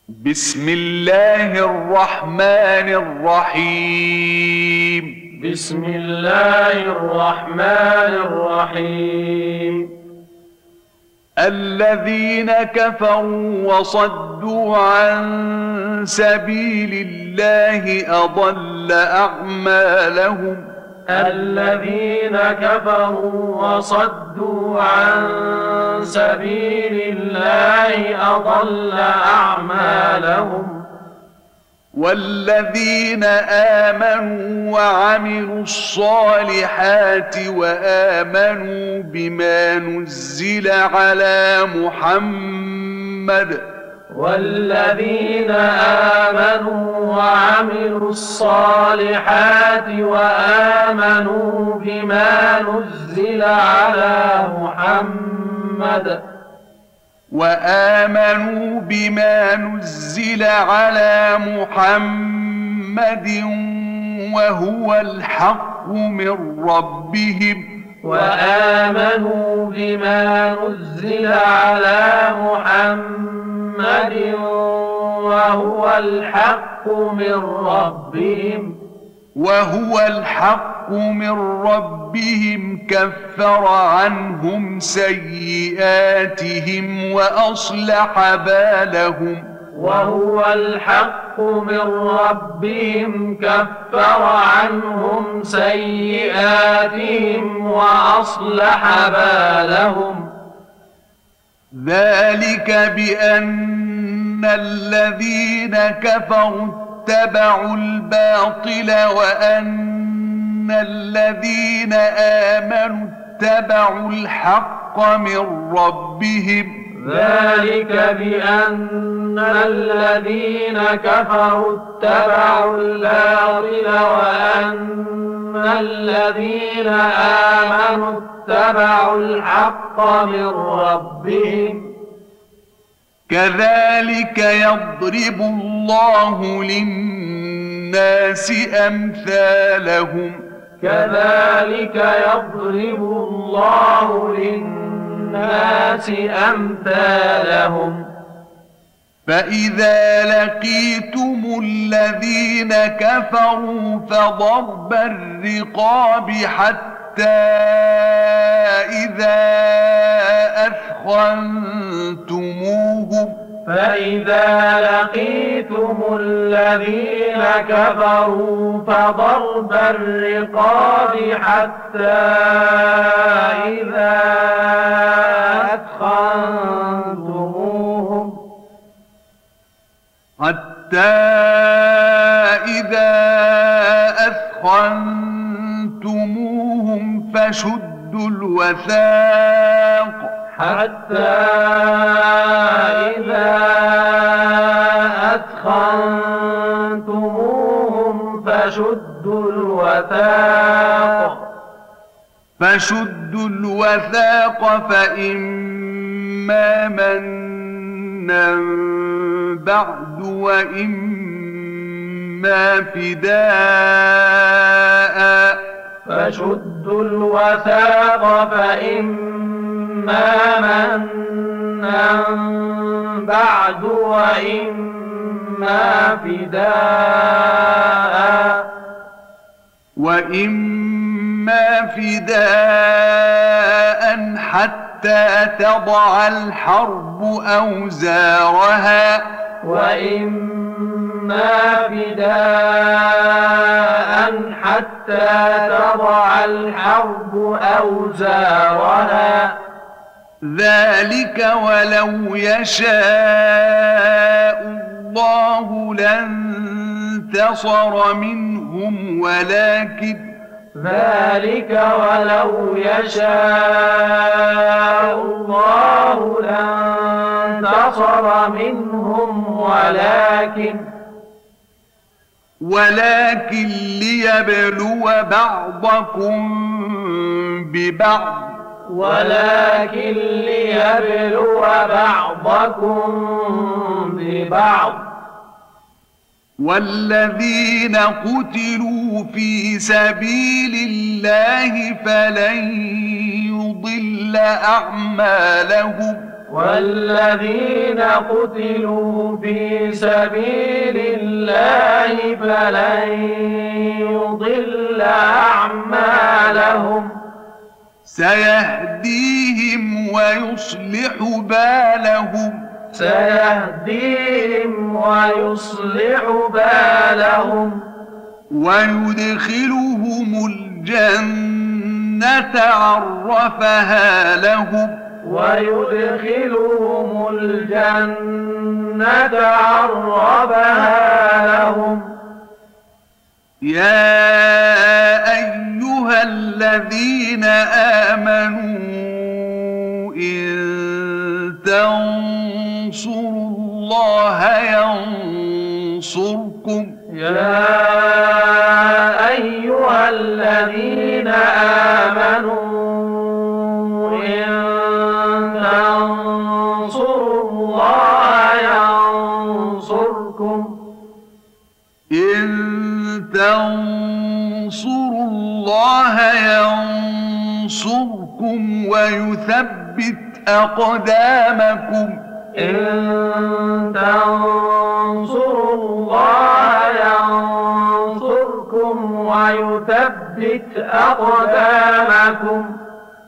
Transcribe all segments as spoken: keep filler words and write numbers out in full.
بسم الله الرحمن الرحيم بسم الله الرحمن الرحيم الذين كفروا وصدوا عن سبيل الله أضل أعمالهم الذين كفروا وصدوا عن سبيل الله أضل أعمالهم والذين آمنوا وعملوا الصالحات وآمنوا بما نزل على محمد والذين آمنوا وعملوا الصالحات وآمنوا بما نزل على محمد وآمنوا بما نزل على محمد وهو الحق من ربهم وآمنوا بما نزل على محمد وهو الحق من ربهم وهو الحق من ربهم كفر عنهم سيئاتهم وأصلح بالهم وهو الحق من ربهم كفر عنهم سيئاتهم وأصلح بالهم ذلك بأن الذين كفروا اتبعوا الباطل وأن الذين آمنوا اتبعوا الحق من ربهم ذلك بأن الذين كفروا اتبعوا الباطل وأن الذين آمنوا اتبعوا الحق من ربهم كذلك يضرب الله للناس أمثالهم كذلك يضرب الله للناس أمثالهم فإذا لقيتم الذين كفروا فضرب الرقاب حتى إذا أثخنتموهم فإذا لقيتم الذين كفروا فضرب الرقاب حتى إذا أثخنتموهم حتى إذا أثخنتموهم فشدوا الوثاق حتى إذا أثخنتموهم فشدوا الوثاق فشدوا الوثاق فإما منا بعد وإما فداء فشدوا الوثاق فإما منا بعد وإما فداء وإما فداء حتى تضع الحرب أوزارها وإما فداء حتى تضع الحرب أوزارها ذلك ولو يشاء الله لانتصر منهم ولكن ذلك ولو يشاء الله لانتصر منهم ولكن ولكن ليبلو بعضكم ببعض ولكن ليبلو بعضكم ببعض والذين قتلوا في سبيل الله فلن يضل أعمالهم والذين قتلوا في سبيل الله فلن يضل أعمالهم سيهديهم ويصلح بالهم سيهديهم ويصلح بالهم ويدخلهم الجنة عرفها لهم ويدخلهم الجنة عرفها لهم يا أيها الذين آمنوا إن تنصروا الله ينصركم يا أيها الذين آمنوا إن تنصروا الله ينصركم إن تنصروا الله ينصركم ويثبت أقدامكم إن تنصروا الله ينصركم ويثبت أقدامكم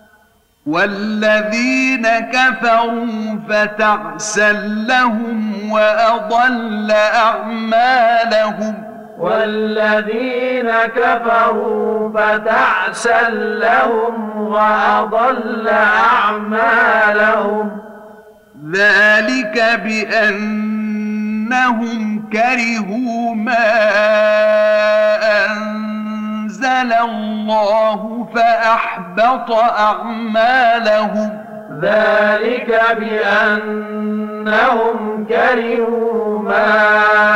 والذين كفروا فتعسا لهم وأضل أعمالهم والذين كفروا فتعسا لهم وأضل أعمالهم ذلك بأنهم كرهوا ما أنزل الله فأحبط أعمالهم ذلك بأنهم كرهوا ما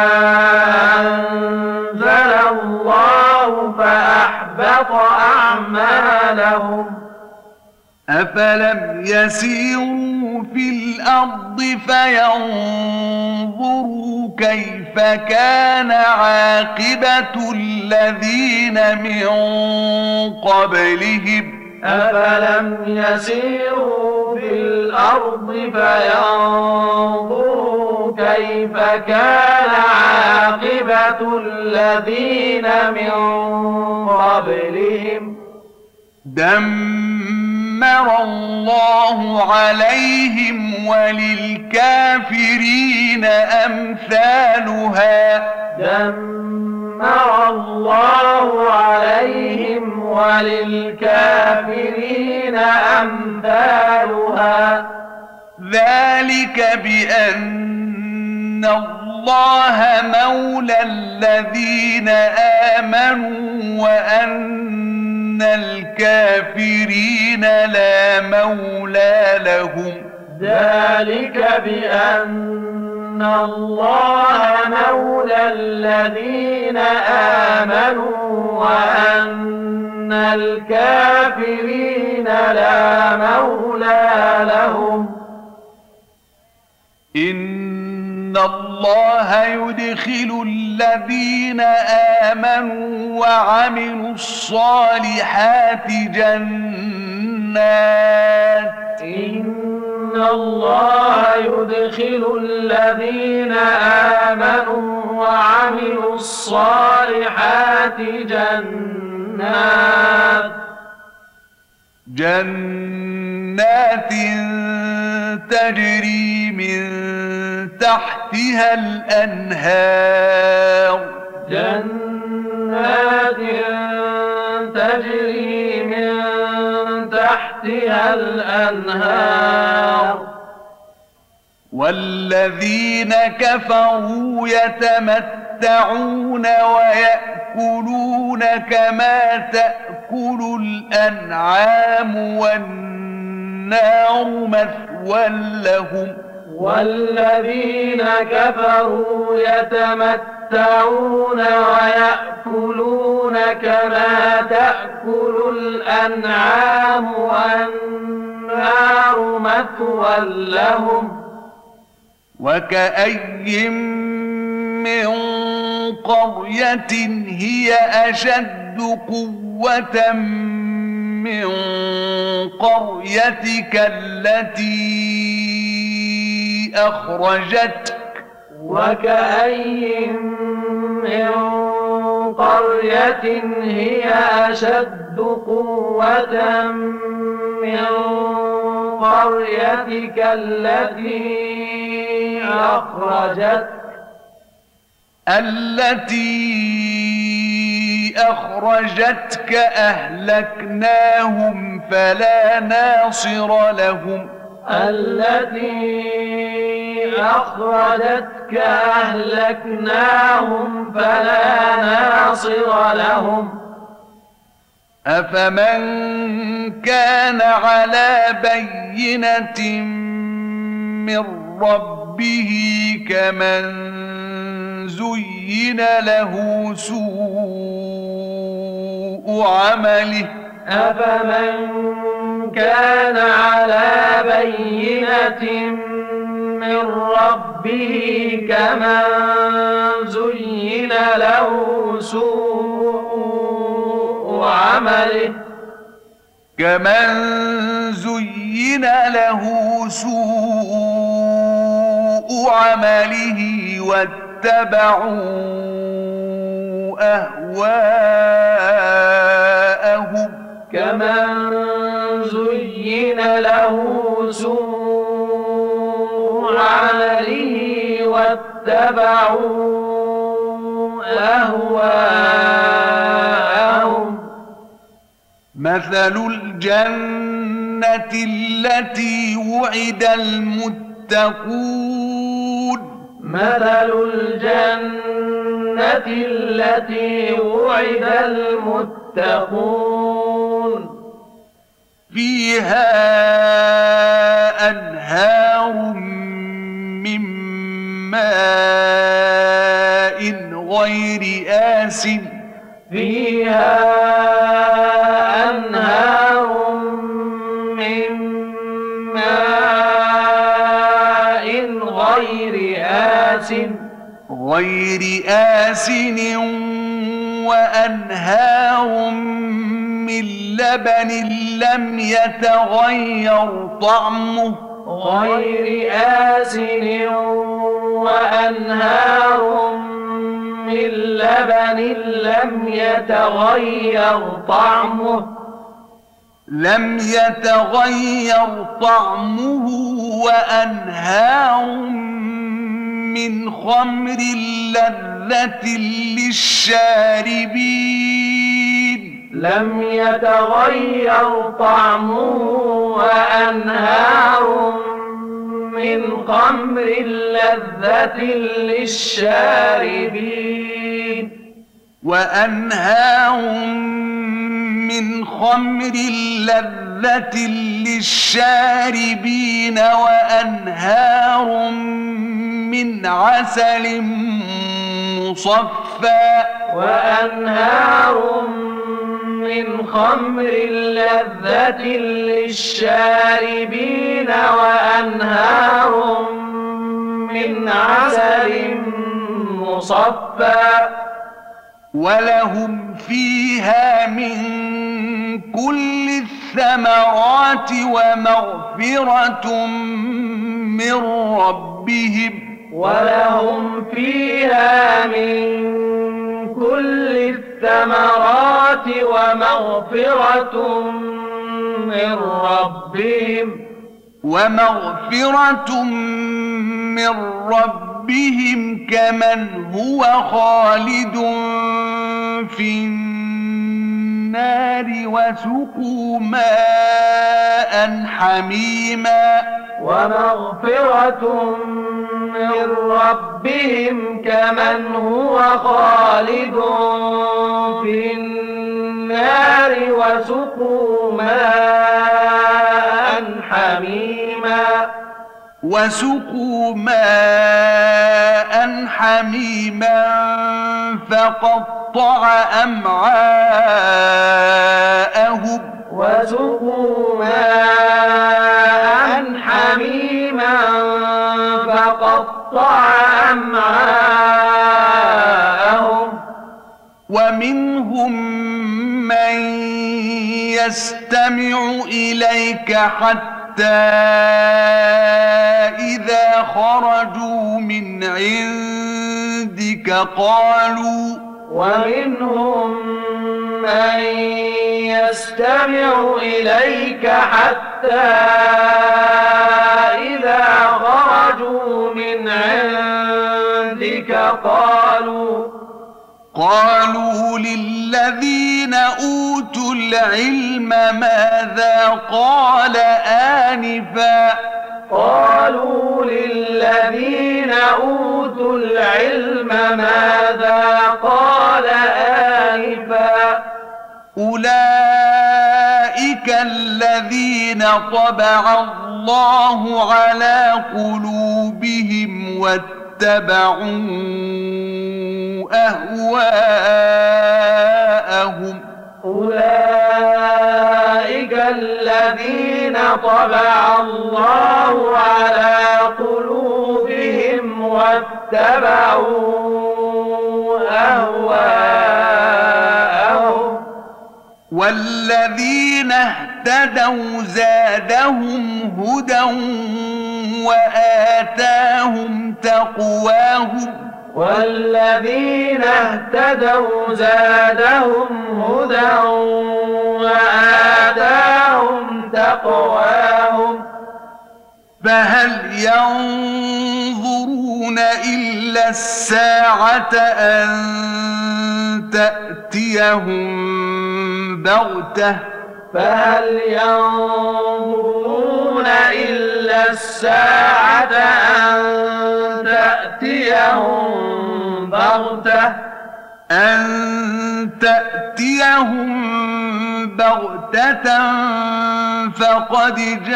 أنزل الله فأحبط أعمالهم أفلم يسيروا في الأرض فينظروا كيف كان عاقبة الذين من قبلهم أفلم يسيروا في الأرض فينظروا كيف كان عاقبة الذين من قبلهم دمر الله عليهم وللكافرين أمثالها دمر الله عليهم وللكافرين أمثالها ذلك بأن الله مولى الذين آمنوا وأن الكافرين لا مولى لهم ذلك بأن الله مولى الذين آمنوا وأن الكافرين لا مولى لهم إن الله يدخل الذين آمنوا وعملوا الصالحات جنات إن الله يدخل الذين آمنوا وعملوا الصالحات جنات جنات تجري من تحتها الأنهار جنات تجري من تحتها الأنهار والذين كفروا يتمتعون ويأكلون كما تأكل الأنعام والنار مثوى لهم والذين كفروا يتمتعون ويأكلون كما تأكل الأنعام والنار مثوى لهم وكأي من قرية هي أشد قوة من قريتك التي أخرجتك وكأي من قرية هي أشد قوة من قريتك التي أخرجتك التي أخرجتك أهلكناهم فلا ناصر لهم التي أخرجتك أهلكناهم فلا ناصر لهم أفمن كان على بينة من ربه كمن زين له سوء عمله أفمن كان على بينة من ربه كمن زين له سوء عمله كمن زين له سوء عمله واتبعوا أهواءهم كمن زين له سوء عمله واتبعوا أهواءهم مثل الجنة التي وعد المتقون مثل الجنة التي وعد المتقون فيها أنهار من ماء غير آسٍ فيها أنهار من ماء غير آسٍ غير آسن وأنهار من لبن لم يتغير طعمه غير آسن وأنهار من لبن لم يتغير طعمه لم يتغير طعمه وأنهار من خمر لذة للشاربين لم يتغير طعمه وأنهار من خمر لذة للشاربين وأنهار من خمر لذة للشاربين وأنهار من عسل مصفى وأنهار من خمر لذة للشاربين وأنهار من عسل مصفى ولهم فيها من كل الثمرات ومغفرة من ربهم ولهم فيها من كل الثمرات ومغفرة من ربهم ومغفرة من ربهم كمن هو خالد في النار وسقوا ماء حميما ومغفرة من ربهم كمن هو خالد في النار وسقوا ماء حميما وسقوا ماء حميما فقطع أمعاءهم وسقوا ماء حميما فقطع أمعاءهم ومنهم من يستمع إليك حتى إذا خرجوا من عندك قالوا ومنهم من يستمع إليك حتى إذا خرجوا من عندك قالوا قالوا للذين أوتوا العلم ماذا قال آنفا قالوا للذين أوتوا العلم ماذا قال آنفا أولئك الذين طبع الله على قلوبهم واتبعوا أهواءهم أولئك الذين طبع الله على قلوبهم واتبعوا أهواءهم والذين اهتدوا زادهم هدى وآتاهم تقواهم والذين اهتدوا زادهم هدى وآتاهم تقواهم فهل ينظرون إلا الساعة أن تأتيهم بغتة فهل ينظرون إلا الساعة أن تأتيهم بغتة أن تأتيهم بغتة فقد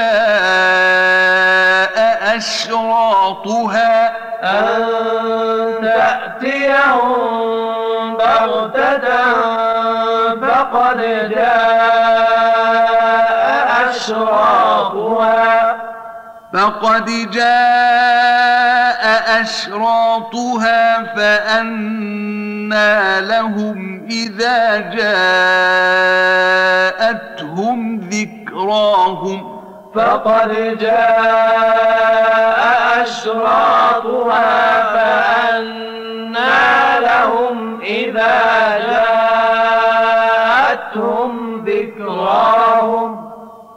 جاء أشراطها أن تأتيهم بغتة فقد جاء أشراطها فقد جاء أشراطها فأنى لهم إذا جاءتهم ذكراهم فقد جاء أشراطها فأنى لهم إذا جاءتهم ذكراهم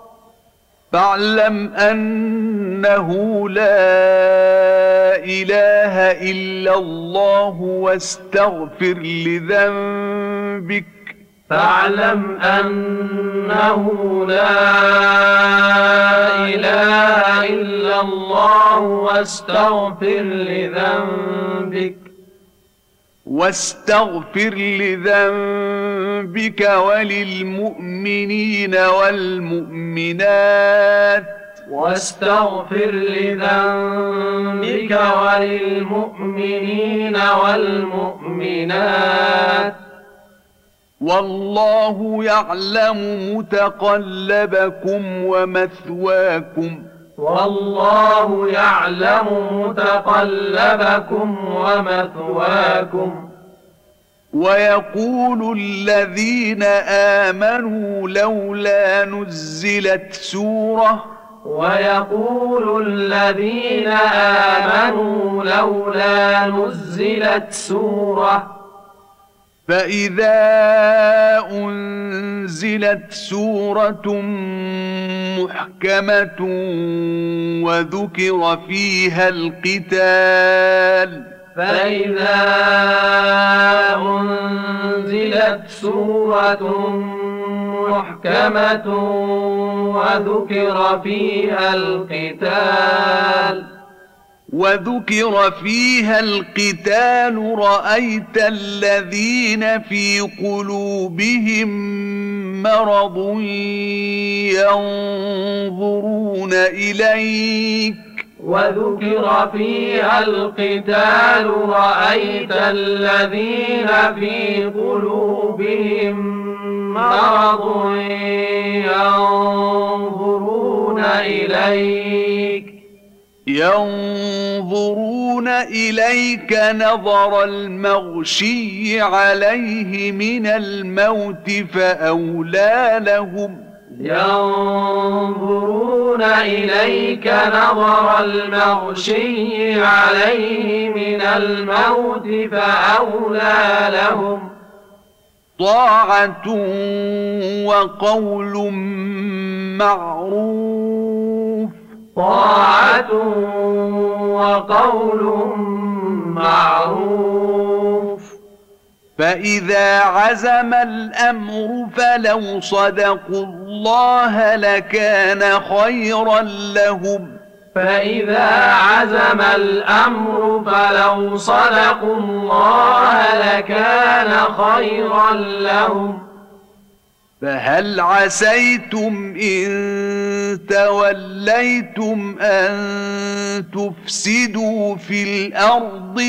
فاعلم أنه لا إله إلا الله واستغفر لذنبك فاعلم أنه لا إله إلا الله واستغفر لذنبك واستغفر لذنبك وللمؤمنين والمؤمنات واستغفر لذنبك وللمؤمنين والمؤمنات والله يعلم متقلبكم ومثواكم والله يعلم متقلبكم ومثواكم ويقول الذين آمنوا لولا نزلت سورة ويقول الذين آمنوا لولا نزلت سورة فإذا أنزلت سورة محكمة وذكر فيها القتال فإذا أنزلت سورة محكمة وذكر فيها القتال وذكر فيها القتال رأيت الذين في قلوبهم مرض ينظرون إليك وذكر فيها القتال رأيت الذين في قلوبهم مرض ينظرون إليك ينظرون إليك نظر المغشي عليه من الموت فأولى لهم ينظرون إليك نظر المغشي عليه من الموت فأولى لهم طاعة وقول معروف طاعة وقول معروف فإذا عزم الأمر فلو صدقوا الله لكان خيرا لهم فإذا عزم الأمر فلو صدقوا الله لكان خيرا لهم فهل عسيتم إن توليتم أن تفسدوا في الأرض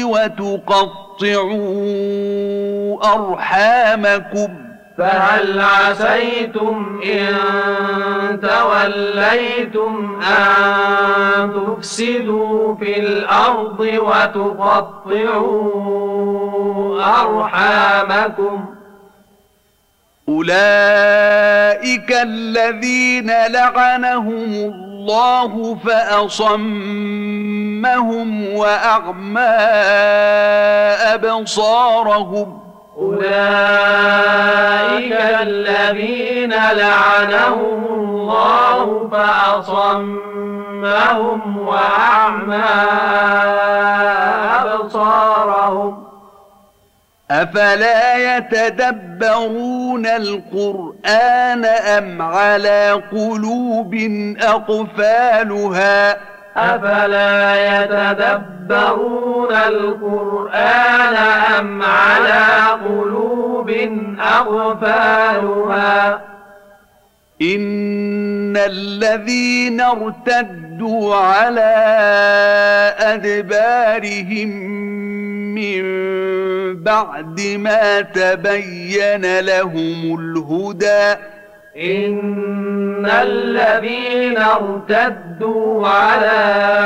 وتقطعوا أرحامكم فهل عسيتم إن توليتم أن تفسدوا في الأرض وتقطعوا أرحامكم أولئك الذين لعنهم الله فأصمهم وأعمى أبصارهم أولئك الذين لعنهم الله فأصمهم وأعمى أبصارهم أفلا يتدبرون القرآن أم على قلوب أقفالها أفلا يتدبرون القرآن أم على قلوب أقفالها إن الذين ارتدوا على أدبارهم من بعد ما تبين لهم الهدى إن الذين ارتدوا على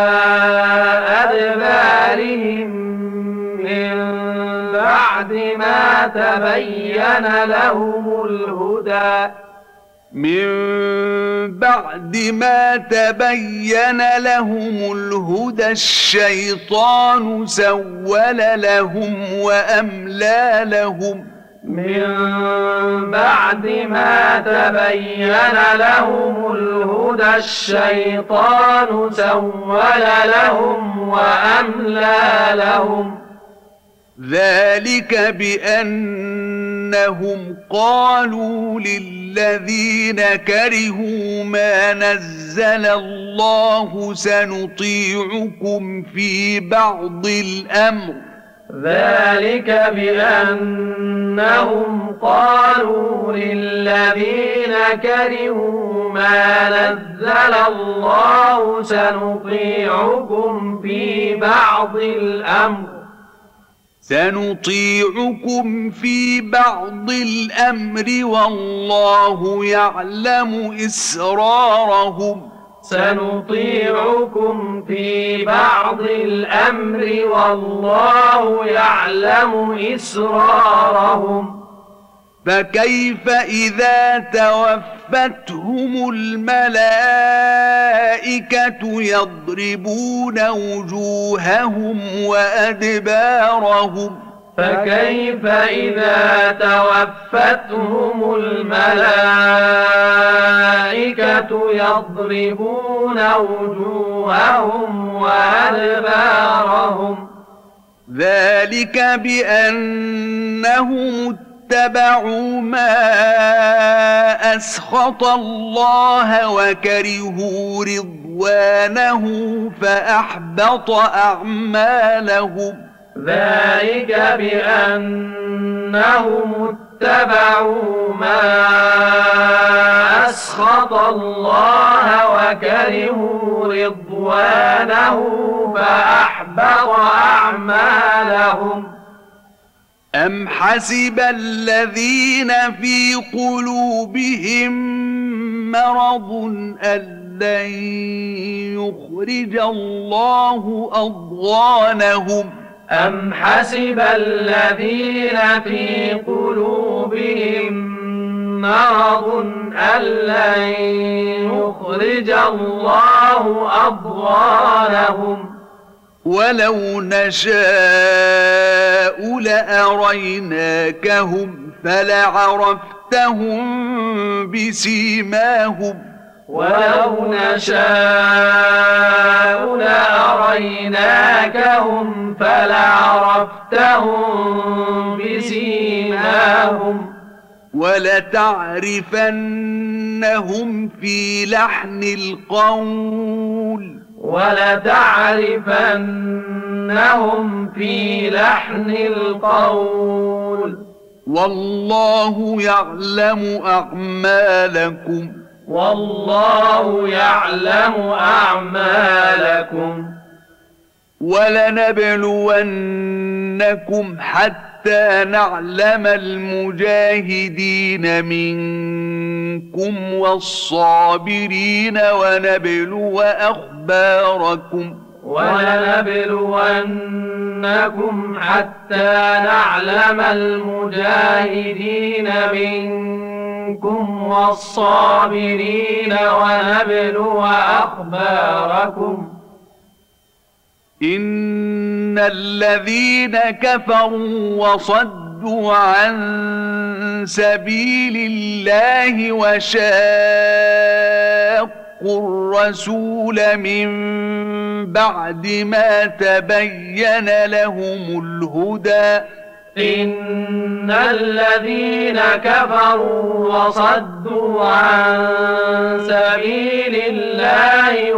أدبارهم من بعد ما تبين لهم الهدى من بعد ما تبين لهم الهدى الشيطان سول لهم وأملى لهم من بعد ما تبين لهم الهدى الشيطان سول لهم وأملى لهم ذلك بأنهم قالوا للذين كرهوا ما نزل الله سنطيعكم في بعض الأمر ذلك بأنهم قالوا للذين كرهوا ما نزل الله سنطيعكم في بعض الأمر سنطيعكم في بعض الأمر والله يعلم إسرارهم سنطيعكم في بعض الأمر والله يعلم إسرارهم فكيف إذا توفتهم الملائكة يضربون وجوههم وأدبارهم فكيف إذا توفتهم الملائكة يضربون وجوههم وأدبارهم ذلك بأنهم اتبعوا ما أسخط الله وكرهوا رضوانه فأحبط أعمالهم ذلك بأنهم اتبعوا ما أسخط الله وكرهوا رضوانه فأحبط أعمالهم أم حسب الذين في قلوبهم مرض أن لن يخرج الله أضغانهم أم حسب الذين في قلوبهم مرض أن لن يخرج الله أضغانهم ولو نشاء لأريناكهم فلعرفتهم بسيماهم ولو نشاء لأريناكهم فلعرفتهم بسيماهم ولتعرفنهم في لحن القول ولتعرفنهم في لحن القول والله يعلم أعمالكم والله يعلم أعمالكم ولنبلونكم حتى نعلم المجاهدين منكم والصابرين ونبلو أخباركم ولنبلونكم حتى نعلم المجاهدين منكم والصابرين ونبلو أخباركم إن الذين كفروا وصدوا عن سبيل الله وشاقوا الرسول من بعد ما تبين لهم الهدى إن الذين كفروا وصدوا عن سبيل الله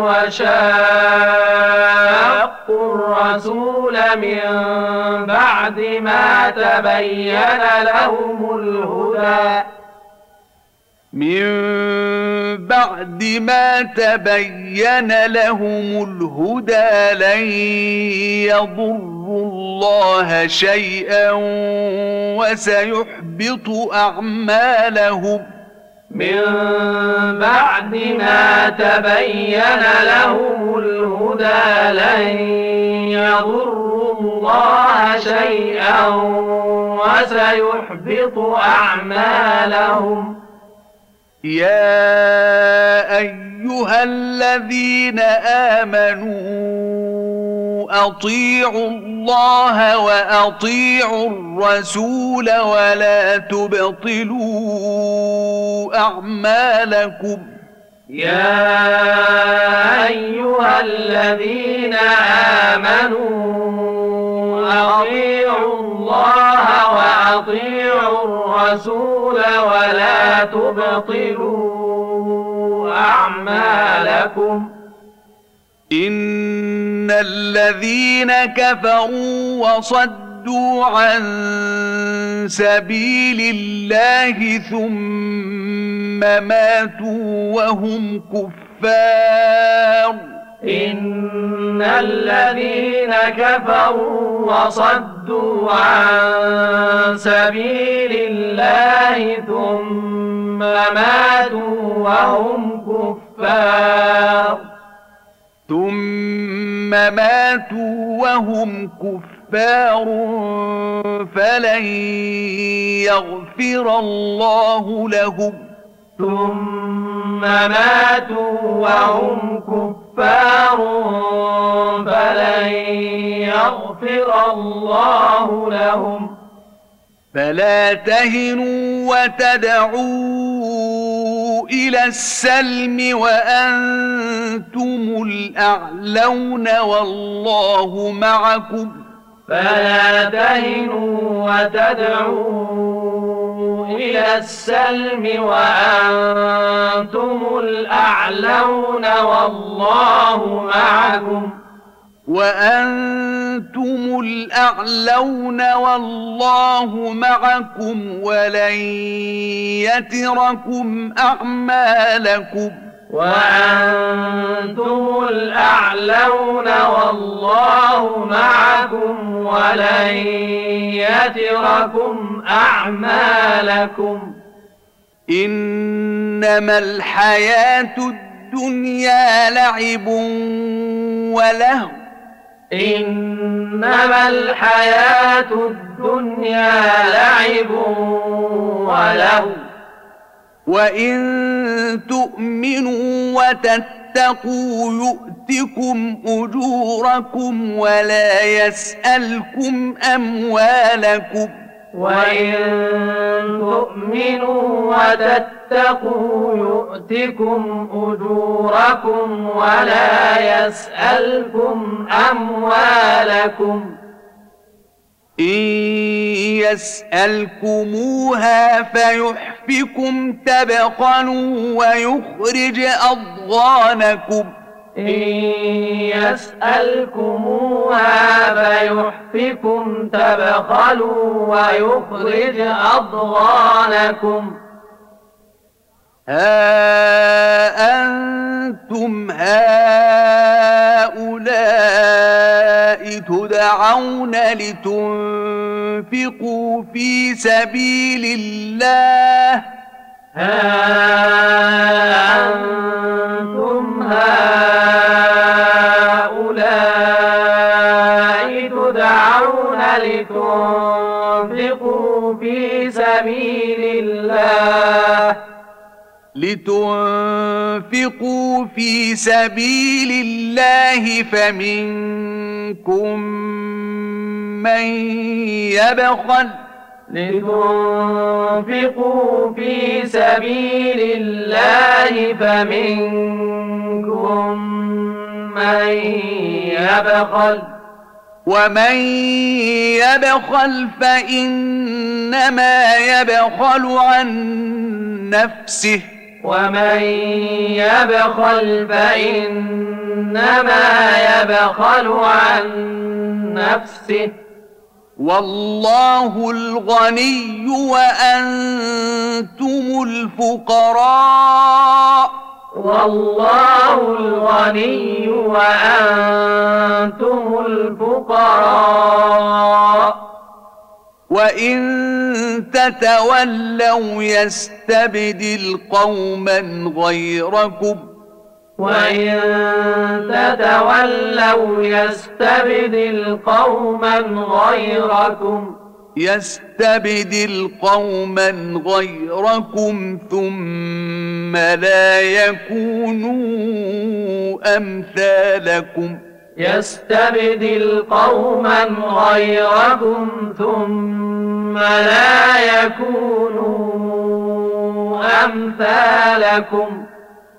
وشاقوا الرسول من بعد ما تبين لهم الهدى من بعد ما تبين لهم الهدى لن يضروا الله شيئا وسيحبط أعمالهم من بعد ما تبين لهم الهدى لن يضروا الله شيئا وسيحبط أعمالهم يا أيها الذين آمنوا أطيعوا الله وأطيعوا الرسول ولا تبطلوا أعمالكم يا أيها الذين آمنوا أطيعوا الله وأطيعوا الرسول ولا تبطلوا أعمالكم إن الذين كفروا وصدوا عن سبيل الله ثم ماتوا وهم كفار إن الذين كفروا وصدوا عن سبيل الله ثم ماتوا وهم كفار ثم ماتوا وهم كفار فلن يغفر الله لهم ثم ماتوا وهم كفار فلن يغفر الله لهم فلا تهنوا وتدعوا إلى السلم وأنتم الأعلون والله معكم فلا تهنوا وتدعوا إلى السلم وأنتم الأعلون والله معكم وأنتم الأعلون والله معكم ولن يتركم أعمالكم وأنتم الأعلون والله معكم ولن يتركم أعمالكم إنما الحياة الدنيا لعب ولهو إنما الحياة الدنيا لعب ولهو وإن تؤمنوا وتتقوا يؤتكم أجوركم ولا يسألكم أموالكم وإن تؤمنوا وتتقوا يؤتكم أجوركم ولا يسألكم أموالكم إن يسألكموها فيحفكم تبخلوا ويخرج أضغانكم إن يسألكموها فيحفكم تبخلوا ويخرج أضغانكم ها أنتم هؤلاء تدعون لتنفقوا في سبيل الله ها أنتم هؤلاء تدعون لتنفقوا في سبيل الله لتنفقوا في سبيل الله فمنكم من يبخل لتنفقوا في سبيل الله فمنكم من يبخل ومن يبخل فإنما يبخل عن نفسه ومن يبخل فإنما يبخل عن نفسه والله الغني وأنتم الفقراء والله الغني وأنتم الفقراء وإن تتولوا يستبدل قوما غيركم وإن تتولوا يستبدل قوما غيركم يستبدل قوما غيركم ثم لا يكونوا أمثالكم يستبدل قوما غيركم ثم لا يكونوا أمثالكم